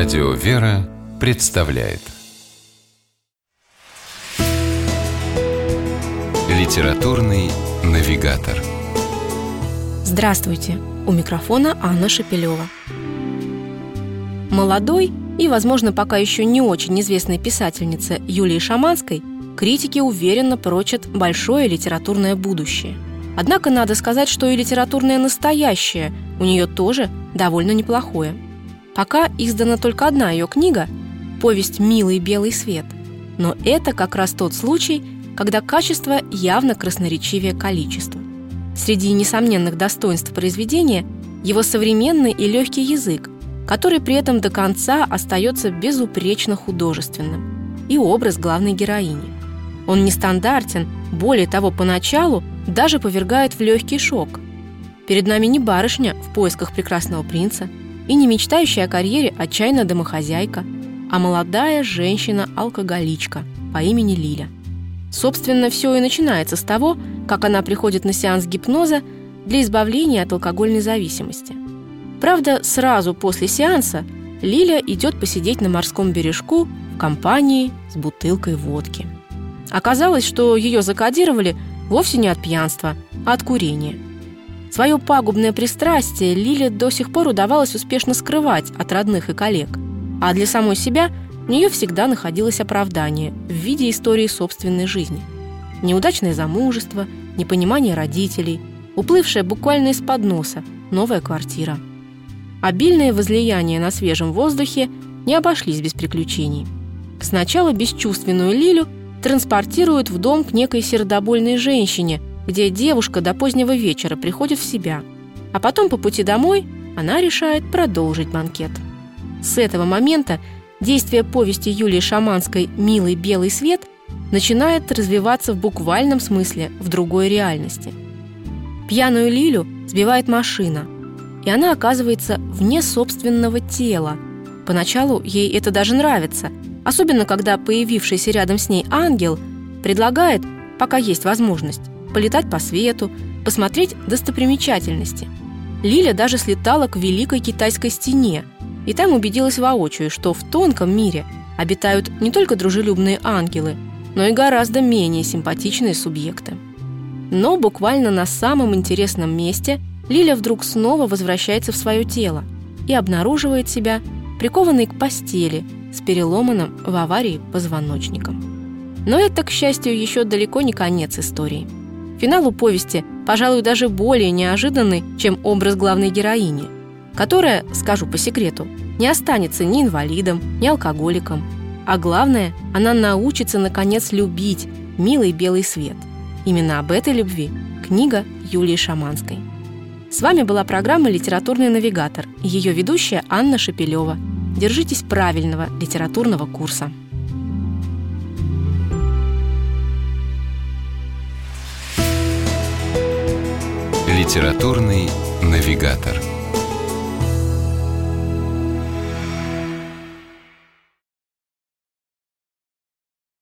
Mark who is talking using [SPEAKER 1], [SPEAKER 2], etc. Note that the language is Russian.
[SPEAKER 1] Радио «Вера» представляет Литературный навигатор.
[SPEAKER 2] Здравствуйте! У микрофона Анна Шепелева. Молодой и, возможно, пока еще не очень известной писательнице Юлии Шаманской критики уверенно прочат большое литературное будущее. Однако надо сказать, что и литературное настоящее у нее тоже довольно неплохое. Пока издана только одна ее книга – повесть «Милый белый свет». Но это как раз тот случай, когда качество явно красноречивее количества. Среди несомненных достоинств произведения – его современный и легкий язык, который при этом до конца остается безупречно художественным, и образ главной героини. Он нестандартен, более того, поначалу даже повергает в легкий шок. Перед нами не барышня в поисках прекрасного принца и не мечтающая о карьере отчаянная домохозяйка, а молодая женщина-алкоголичка по имени Лиля. Собственно, все и начинается с того, как она приходит на сеанс гипноза для избавления от алкогольной зависимости. Правда, сразу после сеанса Лиля идет посидеть на морском бережку в компании с бутылкой водки. Оказалось, что ее закодировали вовсе не от пьянства, а от курения. Свое пагубное пристрастие Лиле до сих пор удавалось успешно скрывать от родных и коллег, а для самой себя у нее всегда находилось оправдание в виде истории собственной жизни. Неудачное замужество, непонимание родителей, уплывшая буквально из-под носа новая квартира. Обильные возлияния на свежем воздухе не обошлись без приключений. Сначала бесчувственную Лилю транспортируют в дом к некой сердобольной женщине, где девушка до позднего вечера приходит в себя. А потом по пути домой она решает продолжить банкет. С этого момента действие повести Юлии Шаманской «Милый белый свет» начинает развиваться в буквальном смысле в другой реальности. Пьяную Лилю сбивает машина, и она оказывается вне собственного тела. Поначалу ей это даже нравится, особенно когда появившийся рядом с ней ангел предлагает, пока есть возможность, полетать по свету, посмотреть достопримечательности. Лиля даже слетала к Великой Китайской стене и там убедилась воочию, что в тонком мире обитают не только дружелюбные ангелы, но и гораздо менее симпатичные субъекты. Но буквально на самом интересном месте Лиля вдруг снова возвращается в свое тело и обнаруживает себя прикованной к постели с переломанным в аварии позвоночником. Но это, к счастью, еще далеко не конец истории. Финал у повести, пожалуй, даже более неожиданный, чем образ главной героини, которая, скажу по секрету, не останется ни инвалидом, ни алкоголиком. А главное, она научится, наконец, любить милый белый свет. Именно об этой любви книга Юлии Шаманской. С вами была программа «Литературный навигатор» и ее ведущая Анна Шепелева. Держитесь правильного литературного курса.
[SPEAKER 1] Литературный навигатор.